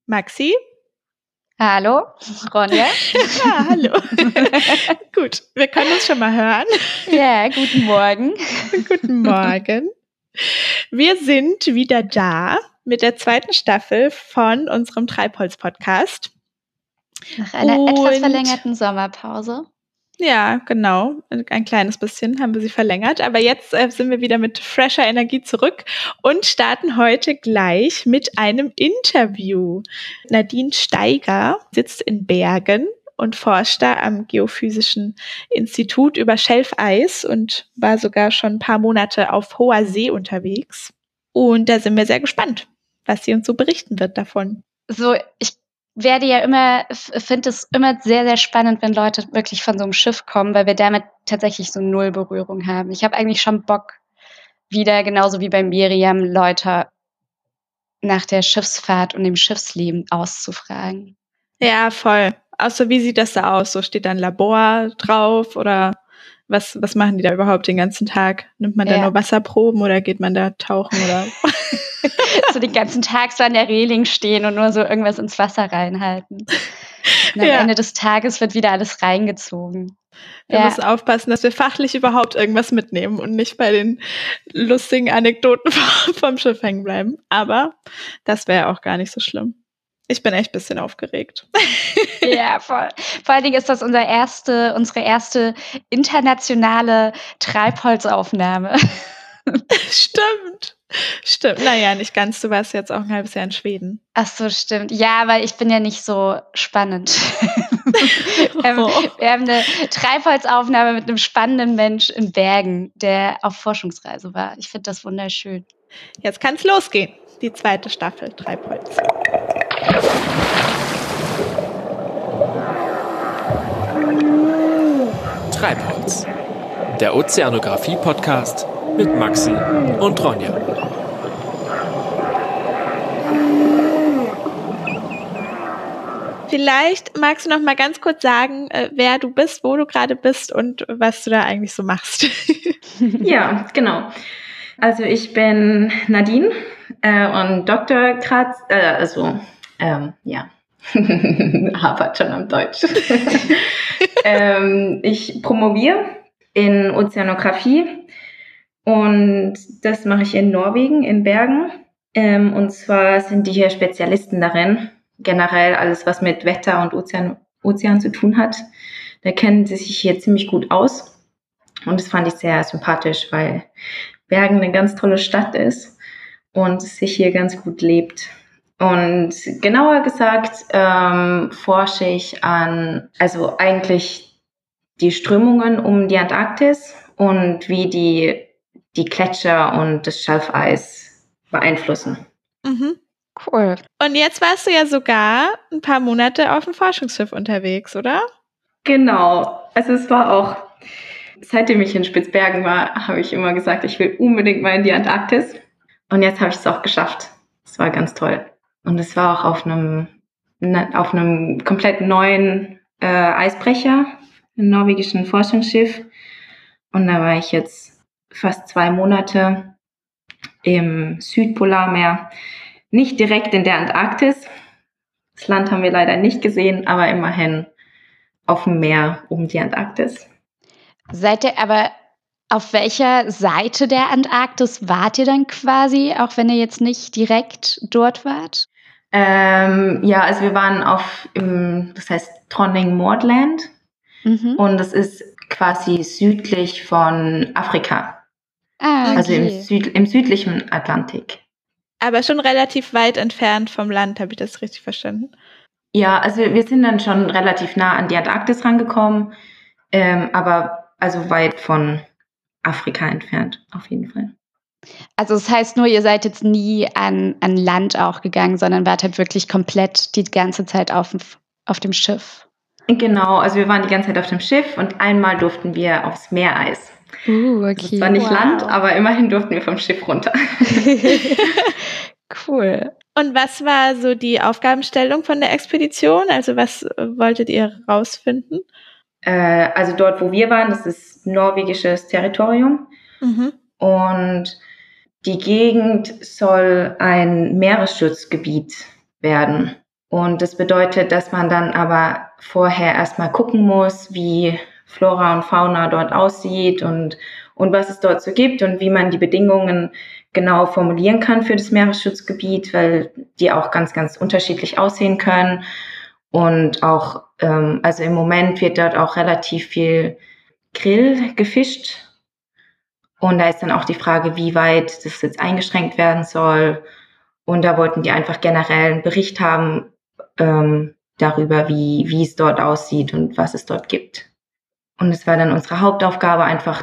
Maxi? Hallo, Ronja. Ja, hallo. Gut, wir können uns schon mal hören. Ja, guten Morgen. Guten Morgen. Wir sind wieder da mit der zweiten Staffel von unserem Treibholz-Podcast. Nach einer etwas verlängerten Sommerpause. Ja, genau. Ein kleines bisschen haben wir sie verlängert. Aber jetzt sind wir wieder mit fresher Energie zurück und starten heute gleich mit einem Interview. Nadine Steiger sitzt in Bergen und forscht da am Geophysischen Institut über Schelfeis und war sogar schon ein paar Monate auf hoher See unterwegs. Und da sind wir sehr gespannt, was sie uns so berichten wird davon. So, ich finde es immer sehr, sehr spannend, wenn Leute wirklich von so einem Schiff kommen, weil wir damit tatsächlich so null Berührung haben. Ich habe eigentlich schon Bock, wieder genauso wie bei Miriam, Leute nach der Schiffsfahrt und dem Schiffsleben auszufragen. Ja, voll. Also wie sieht das da aus? So steht da ein Labor drauf oder was machen die da überhaupt den ganzen Tag? Nimmt man da nur Wasserproben oder geht man da tauchen oder? So den ganzen Tag so an der Reling stehen und nur so irgendwas ins Wasser reinhalten. Und am Ende des Tages wird wieder alles reingezogen. Wir müssen aufpassen, dass wir fachlich überhaupt irgendwas mitnehmen und nicht bei den lustigen Anekdoten vom Schiff hängen bleiben. Aber das wäre auch gar nicht so schlimm. Ich bin echt ein bisschen aufgeregt. Ja, voll. Vor allen Dingen ist das unsere erste internationale Treibholzaufnahme. Stimmt. Naja, nicht ganz. Du warst jetzt auch ein halbes Jahr in Schweden. Ach so, stimmt. Ja, weil ich bin ja nicht so spannend. Wir haben eine Treibholzaufnahme mit einem spannenden Mensch in Bergen, der auf Forschungsreise war. Ich finde das wunderschön. Jetzt kann es losgehen. Die zweite Staffel Treibholz. Treibholz, der Ozeanographie-Podcast mit Maxi und Ronja. Vielleicht magst du noch mal ganz kurz sagen, wer du bist, wo du gerade bist und was du da eigentlich so machst. Ja, genau. Also ich bin Nadine und Doktorgrad, Arbeit schon am Deutsch. Ich promoviere in Ozeanographie und das mache ich in Norwegen, in Bergen. Und zwar sind die hier Spezialisten darin, generell alles, was mit Wetter und Ozean zu tun hat. Da kennen sie sich hier ziemlich gut aus. Und das fand ich sehr sympathisch, weil Bergen eine ganz tolle Stadt ist und es sich hier ganz gut lebt. Und genauer gesagt forsche ich an, also eigentlich die Strömungen um die Antarktis und wie die Gletscher und das Schelfeis beeinflussen. Mhm. Cool. Und jetzt warst du ja sogar ein paar Monate auf dem Forschungsschiff unterwegs, oder? Genau. Also es war auch, seitdem ich in Spitzbergen war, habe ich immer gesagt, ich will unbedingt mal in die Antarktis. Und jetzt habe ich es auch geschafft. Es war ganz toll. Und es war auch auf einem komplett neuen Eisbrecher, einem norwegischen Forschungsschiff. Und da war ich jetzt fast 2 Monate im Südpolarmeer. Nicht direkt in der Antarktis. Das Land haben wir leider nicht gesehen, aber immerhin auf dem Meer um die Antarktis. Seid ihr aber auf welcher Seite der Antarktis wart ihr dann quasi, auch wenn ihr jetzt nicht direkt dort wart? Also wir waren das heißt Dronning-Maudland. Und das ist quasi südlich von Afrika. Okay. Also im südlichen Atlantik. Aber schon relativ weit entfernt vom Land, habe ich das richtig verstanden? Ja, also wir sind dann schon relativ nah an die Antarktis rangekommen, aber also weit von Afrika entfernt, auf jeden Fall. Also das heißt nur, ihr seid jetzt nie an Land auch gegangen, sondern wart halt wirklich komplett die ganze Zeit auf dem Schiff. Genau, also wir waren die ganze Zeit auf dem Schiff und einmal durften wir aufs Meereis. Okay. Das ist zwar nicht Land, aber immerhin durften wir vom Schiff runter. Cool. Und was war so die Aufgabenstellung von der Expedition? Also was wolltet ihr rausfinden? Also dort, wo wir waren, das ist norwegisches Territorium. Mhm. Und die Gegend soll ein Meeresschutzgebiet werden. Und das bedeutet, dass man dann aber vorher erstmal gucken muss, wie Flora und Fauna dort aussieht und was es dort so gibt und wie man die Bedingungen genau formulieren kann für das Meeresschutzgebiet, weil die auch ganz, ganz unterschiedlich aussehen können. Und auch, also im Moment wird dort auch relativ viel Grill gefischt. Und da ist dann auch die Frage, wie weit das jetzt eingeschränkt werden soll. Und da wollten die einfach generell einen Bericht haben darüber, wie es dort aussieht und was es dort gibt. Und es war dann unsere Hauptaufgabe, einfach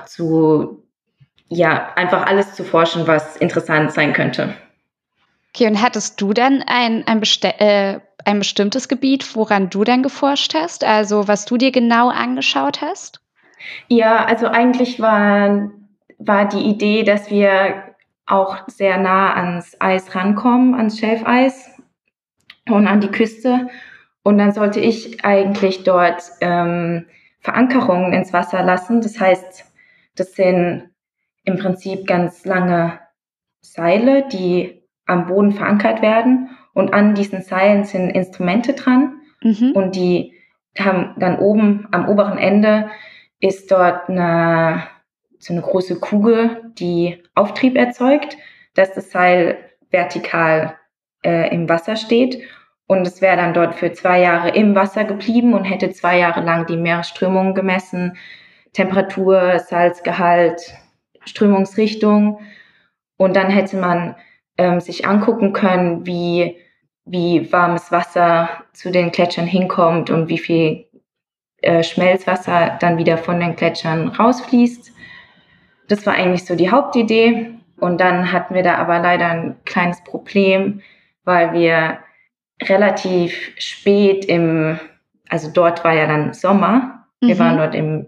alles zu forschen, was interessant sein könnte. Okay, und hattest du dann ein bestimmtes Gebiet, woran du dann geforscht hast? Also was du dir genau angeschaut hast? Ja, also eigentlich war die Idee, dass wir auch sehr nah ans Eis rankommen, ans Schelfeis und an die Küste. Und dann sollte ich eigentlich dort Verankerungen ins Wasser lassen. Das heißt, das sind im Prinzip ganz lange Seile, die am Boden verankert werden. Und an diesen Seilen sind Instrumente dran. Und die haben dann oben am oberen Ende ist dort so eine große Kugel, die Auftrieb erzeugt, dass das Seil vertikal im Wasser steht. Und es wäre dann dort für 2 Jahre im Wasser geblieben und hätte 2 Jahre lang die Meeresströmung gemessen, Temperatur, Salzgehalt, Strömungsrichtung. Und dann hätte man sich angucken können, wie warmes Wasser zu den Gletschern hinkommt und wie viel Schmelzwasser dann wieder von den Gletschern rausfließt. Das war eigentlich so die Hauptidee. Und dann hatten wir da aber leider ein kleines Problem, weil wir relativ spät also dort war ja dann Sommer. Wir waren dort im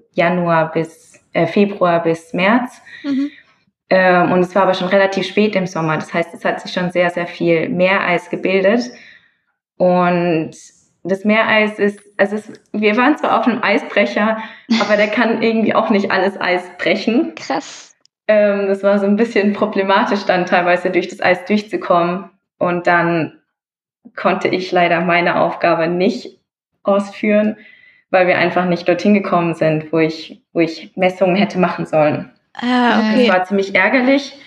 Februar bis März. Und es war aber schon relativ spät im Sommer. Das heißt, es hat sich schon sehr, sehr viel Meereis gebildet. Und das Meereis wir waren zwar auf einem Eisbrecher, aber der kann irgendwie auch nicht alles Eis brechen. Krass. Das war so ein bisschen problematisch dann teilweise durch das Eis durchzukommen. Und dann konnte ich leider meine Aufgabe nicht ausführen, weil wir einfach nicht dorthin gekommen sind, wo ich Messungen hätte machen sollen. Okay. Das war ziemlich ärgerlich.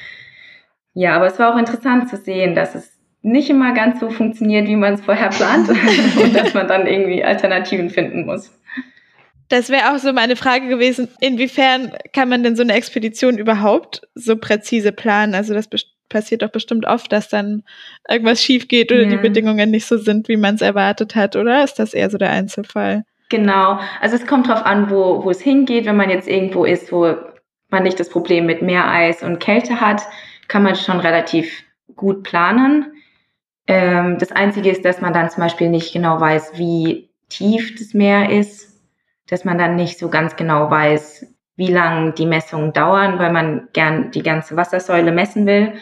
Ja, aber es war auch interessant zu sehen, dass es nicht immer ganz so funktioniert, wie man es vorher plant und dass man dann irgendwie Alternativen finden muss. Das wäre auch so meine Frage gewesen, inwiefern kann man denn so eine Expedition überhaupt so präzise planen? Also das passiert doch bestimmt oft, dass dann irgendwas schief geht oder die Bedingungen nicht so sind, wie man es erwartet hat, oder? Ist das eher so der Einzelfall? Genau, also es kommt drauf an, wo es hingeht. Wenn man jetzt irgendwo ist, wo man nicht das Problem mit Meereis und Kälte hat, kann man schon relativ gut planen. Das Einzige ist, dass man dann zum Beispiel nicht genau weiß, wie tief das Meer ist, dass man dann nicht so ganz genau weiß, wie lange die Messungen dauern, weil man gern die ganze Wassersäule messen will.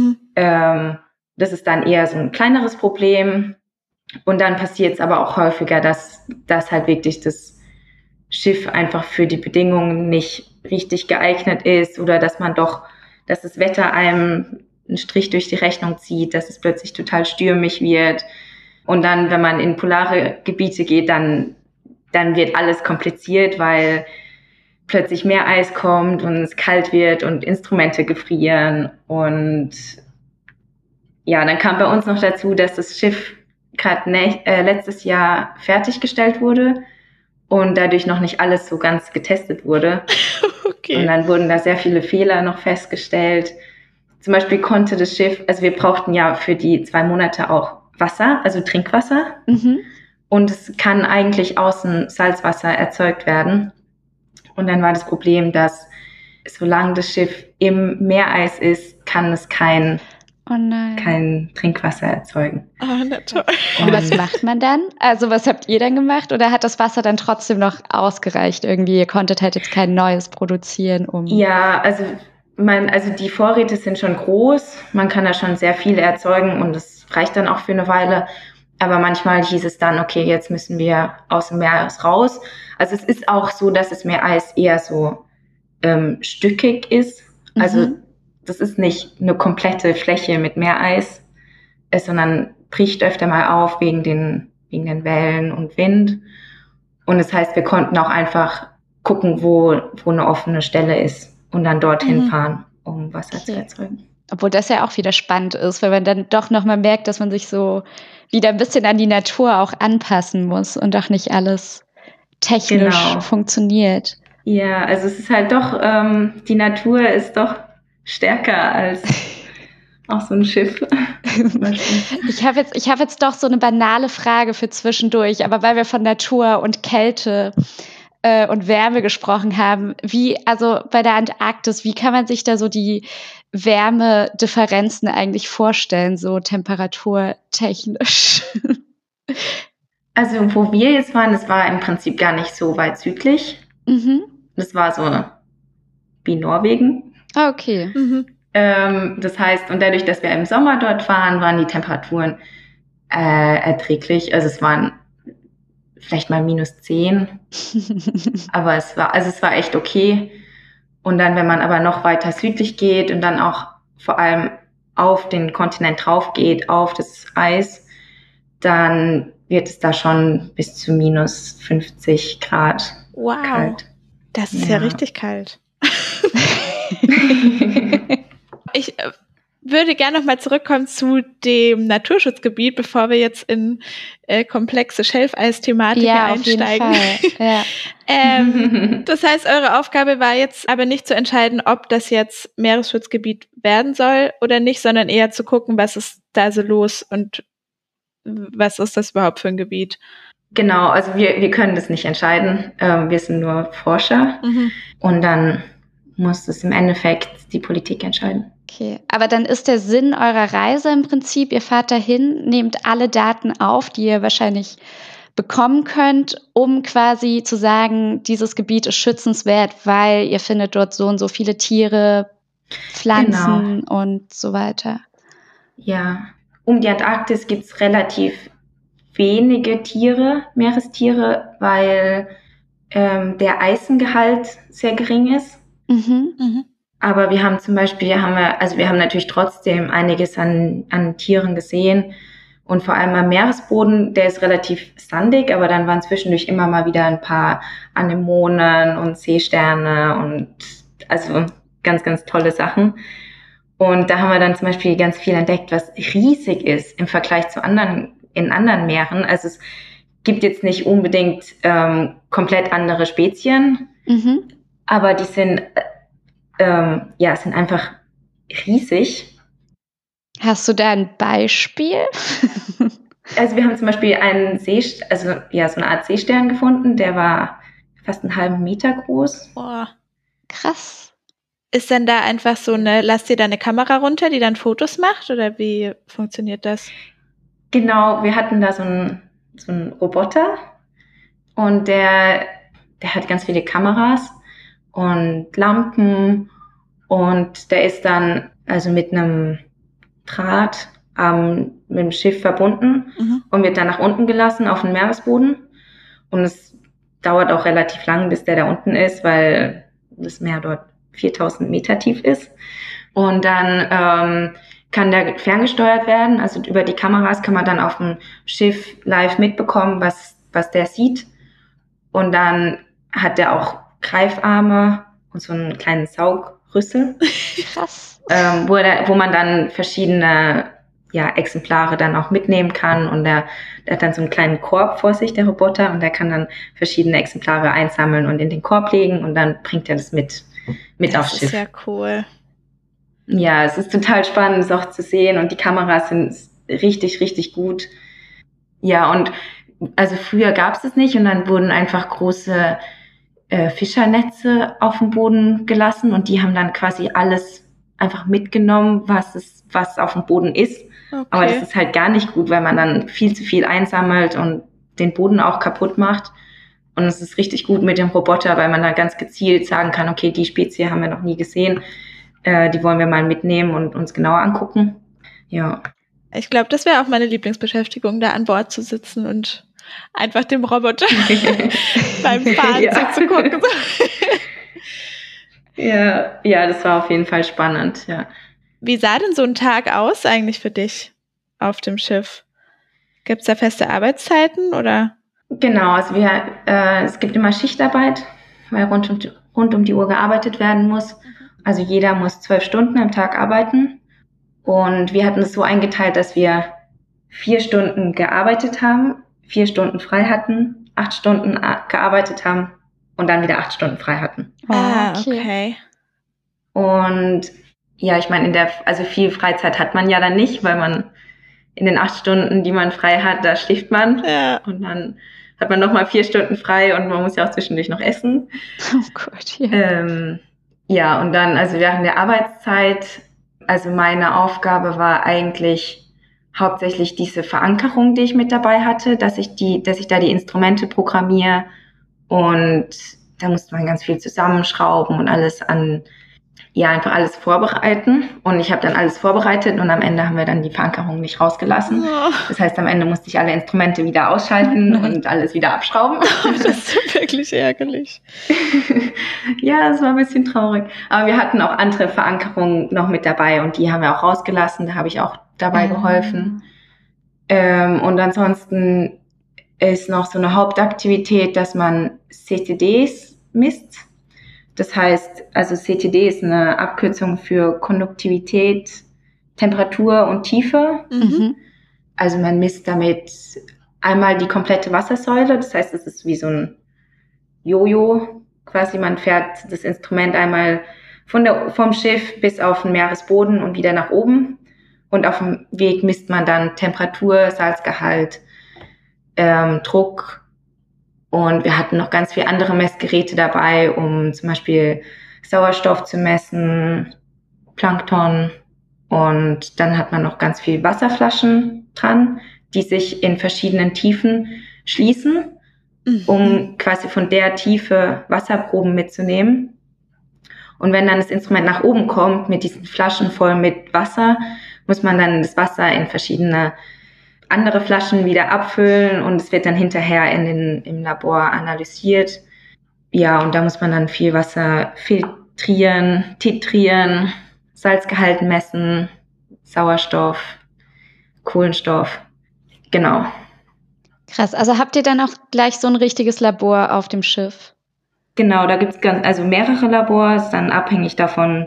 Das ist dann eher so ein kleineres Problem. Und dann passiert es aber auch häufiger, dass halt wirklich das Schiff einfach für die Bedingungen nicht richtig geeignet ist oder dass das Wetter einem einen Strich durch die Rechnung zieht, dass es plötzlich total stürmisch wird. Und dann, wenn man in polare Gebiete geht, dann wird alles kompliziert, weil plötzlich mehr Eis kommt und es kalt wird und Instrumente gefrieren. Und ja, dann kam bei uns noch dazu, dass das Schiff gerade letztes Jahr fertiggestellt wurde und dadurch noch nicht alles so ganz getestet wurde. Okay. Und dann wurden da sehr viele Fehler noch festgestellt. Zum Beispiel konnte das Schiff, also wir brauchten ja für die 2 Monate auch Wasser, also Trinkwasser. Und es kann eigentlich außen Salzwasser erzeugt werden. Und dann war das Problem, dass solange das Schiff im Meereis ist, kann es kein Trinkwasser erzeugen. Oh, na toll. Und was macht man dann? Also was habt ihr dann gemacht? Oder hat das Wasser dann trotzdem noch ausgereicht irgendwie? Ihr konntet halt jetzt kein neues produzieren, Ja, also die Vorräte sind schon groß. Man kann da schon sehr viel erzeugen und es reicht dann auch für eine Weile. Aber manchmal hieß es dann, okay, jetzt müssen wir aus dem Meereis raus. Also es ist auch so, dass das Meereis eher so stückig ist. Also das ist nicht eine komplette Fläche mit Meereis, sondern bricht öfter mal auf wegen den Wellen und Wind. Und das heißt, wir konnten auch einfach gucken, wo eine offene Stelle ist und dann dorthin fahren, um Wasser zu erzeugen. Obwohl das ja auch wieder spannend ist, weil man dann doch nochmal merkt, dass man sich so wieder ein bisschen an die Natur auch anpassen muss und doch nicht alles technisch funktioniert. Ja, also es ist halt doch, die Natur ist doch stärker als auch so ein Schiff. Ich habe jetzt doch so eine banale Frage für zwischendurch, aber weil wir von Natur und Kälte und Wärme gesprochen haben, also bei der Antarktis, wie kann man sich da so die Wärmedifferenzen eigentlich vorstellen, so temperaturtechnisch? Also wo wir jetzt waren, das war im Prinzip gar nicht so weit südlich. Das war so wie Norwegen. Okay. Das heißt, und dadurch, dass wir im Sommer dort waren die Temperaturen erträglich. Also es waren vielleicht mal -10. Aber es war echt okay. Und dann, wenn man aber noch weiter südlich geht und dann auch vor allem auf den Kontinent drauf geht, auf das Eis, dann wird es da schon bis zu -50 Grad kalt. Das ist ja richtig kalt. Ich würde gerne noch mal zurückkommen zu dem Naturschutzgebiet, bevor wir jetzt in komplexe Schelfeis-Thematiken einsteigen. Auf jeden Fall. Ja. Das heißt, eure Aufgabe war jetzt aber nicht zu entscheiden, ob das jetzt Meeresschutzgebiet werden soll oder nicht, sondern eher zu gucken, was ist da so los und was ist das überhaupt für ein Gebiet? Genau, also wir können das nicht entscheiden. Wir sind nur Forscher und dann muss es im Endeffekt die Politik entscheiden. Okay, aber dann ist der Sinn eurer Reise im Prinzip, ihr fahrt dahin, nehmt alle Daten auf, die ihr wahrscheinlich bekommen könnt, um quasi zu sagen, dieses Gebiet ist schützenswert, weil ihr findet dort so und so viele Tiere, Pflanzen und so weiter. Ja, um die Antarktis gibt es relativ wenige Meerestiere, weil der Eisengehalt sehr gering ist. Aber wir haben zum Beispiel, wir haben natürlich trotzdem einiges an Tieren gesehen. Und vor allem am Meeresboden, der ist relativ sandig, aber dann waren zwischendurch immer mal wieder ein paar Anemonen und Seesterne und also ganz, ganz tolle Sachen. Und da haben wir dann zum Beispiel ganz viel entdeckt, was riesig ist im Vergleich zu anderen Meeren. Also es gibt jetzt nicht unbedingt komplett andere Spezien, aber die sind einfach riesig. Hast du da ein Beispiel? Also wir haben zum Beispiel so eine Art Seestern gefunden, der war fast einen halben Meter groß. Boah, krass. Ist denn da einfach lasst ihr da eine Kamera runter, die dann Fotos macht, oder wie funktioniert das? Genau, wir hatten da so einen Roboter und der hat ganz viele Kameras und Lampen und der ist dann also mit einem Draht mit dem Schiff verbunden und wird dann nach unten gelassen auf den Meeresboden. Und es dauert auch relativ lang, bis der da unten ist, weil das Meer dort 4000 Meter tief ist. Und dann kann der ferngesteuert werden. Also über die Kameras kann man dann auf dem Schiff live mitbekommen, was der sieht. Und dann hat der auch Greifarme und so einen kleinen Saugrüssel. Krass. Wo man dann verschiedene Exemplare dann auch mitnehmen kann. Und der hat dann so einen kleinen Korb vor sich, der Roboter, und der kann dann verschiedene Exemplare einsammeln und in den Korb legen und dann bringt er das mit aufs Schiff. Das ist ja cool. Ja, es ist total spannend, es auch zu sehen und die Kameras sind richtig, richtig gut. Ja, und also früher gab es das nicht und dann wurden einfach große Fischernetze auf den Boden gelassen und die haben dann quasi alles einfach mitgenommen, was auf dem Boden ist. Okay. Aber das ist halt gar nicht gut, weil man dann viel zu viel einsammelt und den Boden auch kaputt macht. Und es ist richtig gut mit dem Roboter, weil man da ganz gezielt sagen kann, okay, die Spezie haben wir noch nie gesehen, die wollen wir mal mitnehmen und uns genauer angucken. Ja. Ich glaube, das wäre auch meine Lieblingsbeschäftigung, da an Bord zu sitzen und einfach dem Roboter beim Fahren zuzugucken. Ja, das war auf jeden Fall spannend, ja. Wie sah denn so ein Tag aus eigentlich für dich auf dem Schiff? Gibt es da feste Arbeitszeiten oder? Genau, also es gibt immer Schichtarbeit, weil rund um die Uhr gearbeitet werden muss. Also jeder muss 12 Stunden am Tag arbeiten. Und wir hatten es so eingeteilt, dass wir 4 Stunden gearbeitet haben, 4 Stunden frei hatten, 8 Stunden gearbeitet haben und dann wieder 8 Stunden frei hatten. Okay. Und ja, ich meine, also viel Freizeit hat man ja dann nicht, weil man in den 8 Stunden, die man frei hat, da schläft man. Ja. Und dann hat man nochmal 4 Stunden frei und man muss ja auch zwischendurch noch essen. Oh Gott, ja. Ja, und dann, also während der Arbeitszeit, also meine Aufgabe war eigentlich hauptsächlich diese Verankerung, die ich mit dabei hatte, dass ich da die Instrumente programmiere, und da musste man ganz viel zusammenschrauben und einfach alles vorbereiten. Und ich habe dann alles vorbereitet und am Ende haben wir dann die Verankerung nicht rausgelassen. Oh. Das heißt, am Ende musste ich alle Instrumente wieder ausschalten und alles wieder abschrauben. Das ist wirklich ärgerlich. Ja, das war ein bisschen traurig. Aber wir hatten auch andere Verankerungen noch mit dabei und die haben wir auch rausgelassen. Da habe ich auch dabei geholfen. Und ansonsten ist noch so eine Hauptaktivität, dass man CTDs misst. Das heißt, also CTD ist eine Abkürzung für Konduktivität, Temperatur und Tiefe. Mhm. Also man misst damit einmal die komplette Wassersäule. Das heißt, es ist wie so ein Jojo. Quasi man fährt das Instrument einmal vom Schiff bis auf den Meeresboden und wieder nach oben. Und auf dem Weg misst man dann Temperatur, Salzgehalt, Druck. Und wir hatten noch ganz viele andere Messgeräte dabei, um zum Beispiel Sauerstoff zu messen, Plankton. Und dann hat man noch ganz viele Wasserflaschen dran, die sich in verschiedenen Tiefen schließen, um quasi von der Tiefe Wasserproben mitzunehmen. Und wenn dann das Instrument nach oben kommt mit diesen Flaschen voll mit Wasser, muss man dann das Wasser in verschiedene andere Flaschen wieder abfüllen und es wird dann hinterher im Labor analysiert. Ja, und da muss man dann viel Wasser filtrieren, titrieren, Salzgehalt messen, Sauerstoff, Kohlenstoff. Genau. Krass, also habt ihr dann auch gleich so ein richtiges Labor auf dem Schiff? Genau, da gibt's mehrere Labors, dann abhängig davon,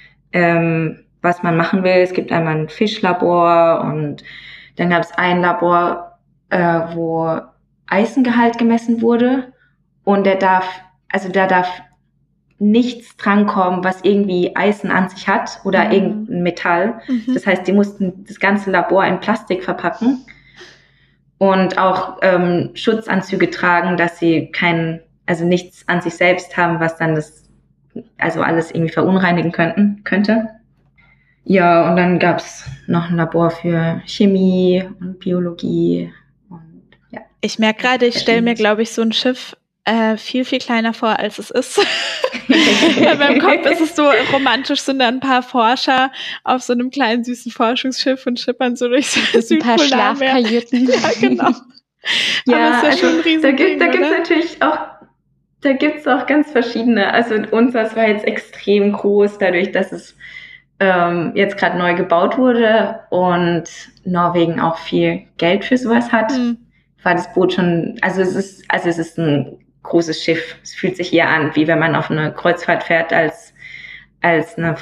was man machen will. Es gibt einmal ein Fischlabor und dann gab es ein Labor, wo Eisengehalt gemessen wurde und da darf nichts drankommen, was irgendwie Eisen an sich hat oder irgendein Metall. Das heißt, die mussten das ganze Labor in Plastik verpacken und auch Schutzanzüge tragen, dass sie nichts an sich selbst haben, was dann alles irgendwie verunreinigen könnte. Ja, und dann gab's noch ein Labor für Chemie und Biologie. Und ja. Ich merke gerade, ich stelle mir, glaube ich, so ein Schiff viel, viel kleiner vor, als es ist. In meinem Kopf ist es so romantisch, sind da ein paar Forscher auf so einem kleinen, süßen Forschungsschiff und schippern so durchs Südpolarmeer. Ein paar Schlafkajüten. Ja, genau. Ja, aber es ist ja schon ein Riesending, da gibt's natürlich auch, da gibt's auch ganz verschiedene. Also unseres war jetzt extrem groß, dadurch, dass es jetzt gerade neu gebaut wurde und Norwegen auch viel Geld für sowas hat, war das Boot schon, es ist ein großes Schiff. Es fühlt sich eher an, wie wenn man auf eine Kreuzfahrt fährt, als eine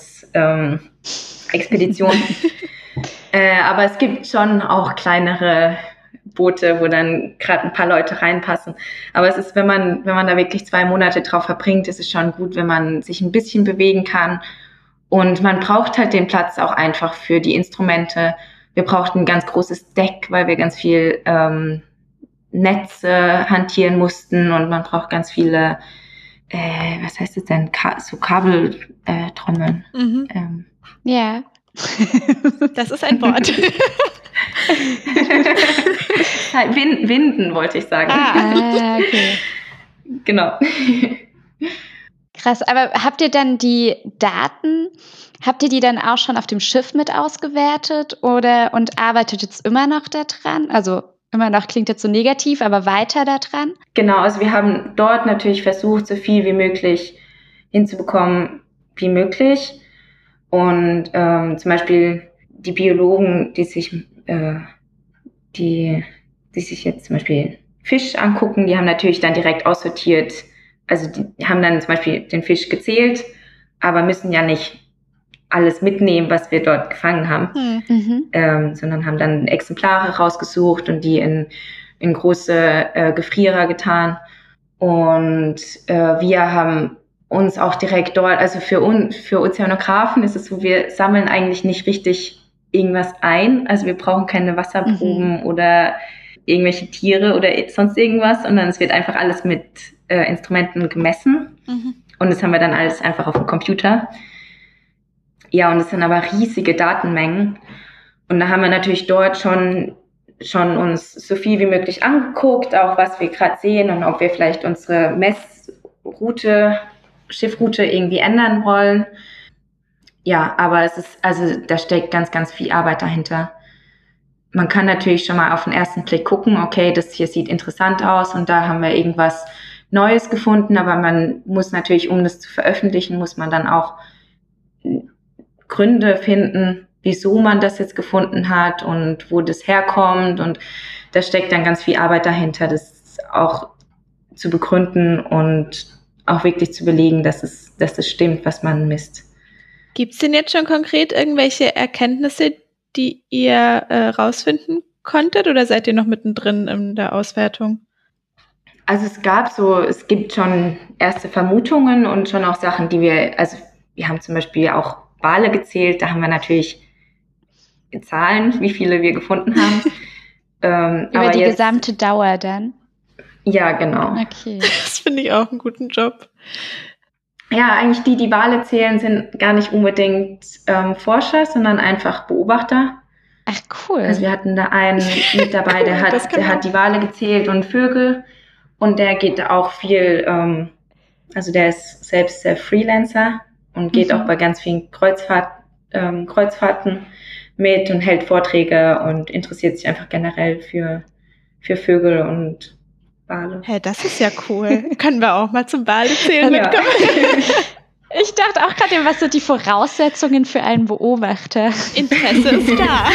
Forschungsexpedition. Aber es gibt schon auch kleinere Boote, wo dann gerade ein paar Leute reinpassen. Aber es ist, wenn man da wirklich 2 Monate drauf verbringt, ist es schon gut, wenn man sich ein bisschen bewegen kann. Und man braucht halt den Platz auch einfach für die Instrumente. Wir brauchten ein ganz großes Deck, weil wir ganz viel Netze hantieren mussten und man braucht ganz viele, was heißt es denn, so Kabeltrommeln. Ja. Das ist ein Wort. Winden wollte ich sagen. Okay. Genau. Krass, aber habt ihr dann die Daten, dann auch schon auf dem Schiff mit ausgewertet und arbeitet jetzt immer noch daran? Also immer noch klingt jetzt so negativ, aber weiter daran? Genau, also wir haben dort natürlich versucht, so viel wie möglich hinzubekommen wie möglich. Und zum Beispiel die Biologen, die sich die sich jetzt zum Beispiel Fisch angucken, die haben natürlich dann direkt aussortiert. Also die haben dann zum Beispiel den Fisch gezählt, aber müssen ja nicht alles mitnehmen, was wir dort gefangen haben, sondern haben dann Exemplare rausgesucht und die in große Gefrierer getan. Und wir haben uns auch direkt dort, also für Ozeanographen ist es so, wir sammeln eigentlich nicht richtig irgendwas ein. Also wir brauchen keine Wasserproben oder irgendwelche Tiere oder sonst irgendwas, sondern es wird einfach alles mit Instrumenten gemessen. Und das haben wir dann alles einfach auf dem Computer. Ja, und es sind aber riesige Datenmengen. Und da haben wir natürlich dort schon uns so viel wie möglich angeguckt, auch was wir gerade sehen und ob wir vielleicht unsere Schiffroute irgendwie ändern wollen. Ja, aber da steckt ganz, ganz viel Arbeit dahinter. Man kann natürlich schon mal auf den ersten Blick gucken, okay, das hier sieht interessant aus und da haben wir irgendwas Neues gefunden, aber man muss natürlich, um das zu veröffentlichen, muss man dann auch Gründe finden, wieso man das jetzt gefunden hat und wo das herkommt, und da steckt dann ganz viel Arbeit dahinter, das auch zu begründen und auch wirklich zu belegen, dass es stimmt, was man misst. Gibt es denn jetzt schon konkret irgendwelche Erkenntnisse, die ihr rausfinden konntet, oder seid ihr noch mittendrin in der Auswertung? Also es gibt schon erste Vermutungen und schon auch Sachen, wir haben zum Beispiel auch Wale gezählt, da haben wir natürlich Zahlen, wie viele wir gefunden haben. Über die gesamte Dauer dann? Ja, genau. Okay. Das finde ich auch einen guten Job. Ja, eigentlich die Wale zählen, sind gar nicht unbedingt Forscher, sondern einfach Beobachter. Ach, cool. Also wir hatten da einen mit dabei, Cool, der hat die Wale gezählt und Vögel, und der geht auch viel, also der ist selbst Freelancer und geht auch bei ganz vielen Kreuzfahrten mit und hält Vorträge und interessiert sich einfach generell für Vögel und Wale. Hey, das ist ja cool. Können wir auch mal zum Walezählen mitkommen? Ich dachte auch gerade, was sind die Voraussetzungen für einen Beobachter? Interesse ist da.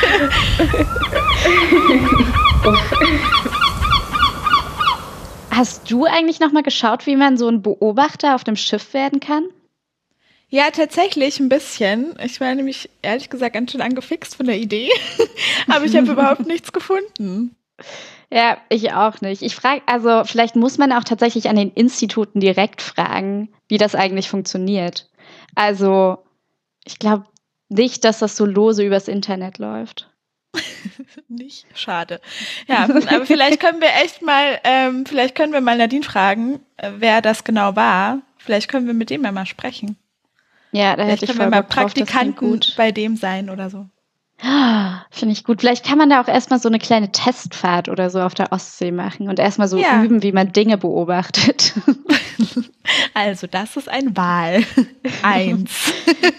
Hast du eigentlich nochmal geschaut, wie man so ein Beobachter auf dem Schiff werden kann? Ja, tatsächlich ein bisschen. Ich war nämlich ehrlich gesagt ganz schön angefixt von der Idee, aber ich habe überhaupt nichts gefunden. Ja, ich auch nicht. Ich frage, also vielleicht muss man auch tatsächlich an den Instituten direkt fragen, wie das eigentlich funktioniert. Also ich glaube nicht, dass das so lose übers Internet läuft. Nicht? Schade. Ja, aber vielleicht können wir mal Nadine fragen, wer das genau war. Vielleicht können wir mit dem ja mal sprechen. Ja, da hätte ich voll Bock drauf, das klingt gut. Praktikanten bei dem sein oder so. Finde ich gut. Vielleicht kann man da auch erstmal so eine kleine Testfahrt oder so auf der Ostsee machen und erstmal so üben, wie man Dinge beobachtet. Also, das ist ein Wal. 1.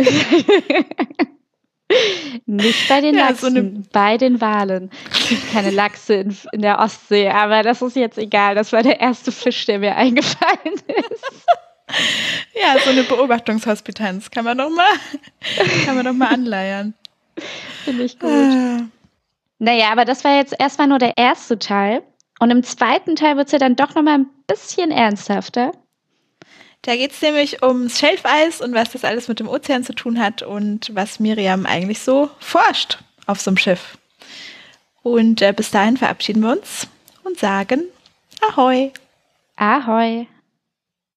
Nicht bei den Lachsen, bei den Walen. Es gibt keine Lachse in der Ostsee, aber das ist jetzt egal. Das war der erste Fisch, der mir eingefallen ist. Ja, so eine Beobachtungshospitanz kann man doch mal anleiern. Finde ich gut. Naja, aber das war jetzt erstmal nur der erste Teil. Und im zweiten Teil wird es ja dann doch nochmal ein bisschen ernsthafter. Da geht es nämlich ums Schelfeis und was das alles mit dem Ozean zu tun hat und was Miriam eigentlich so forscht auf so einem Schiff. Und bis dahin verabschieden wir uns und sagen Ahoi. Ahoi.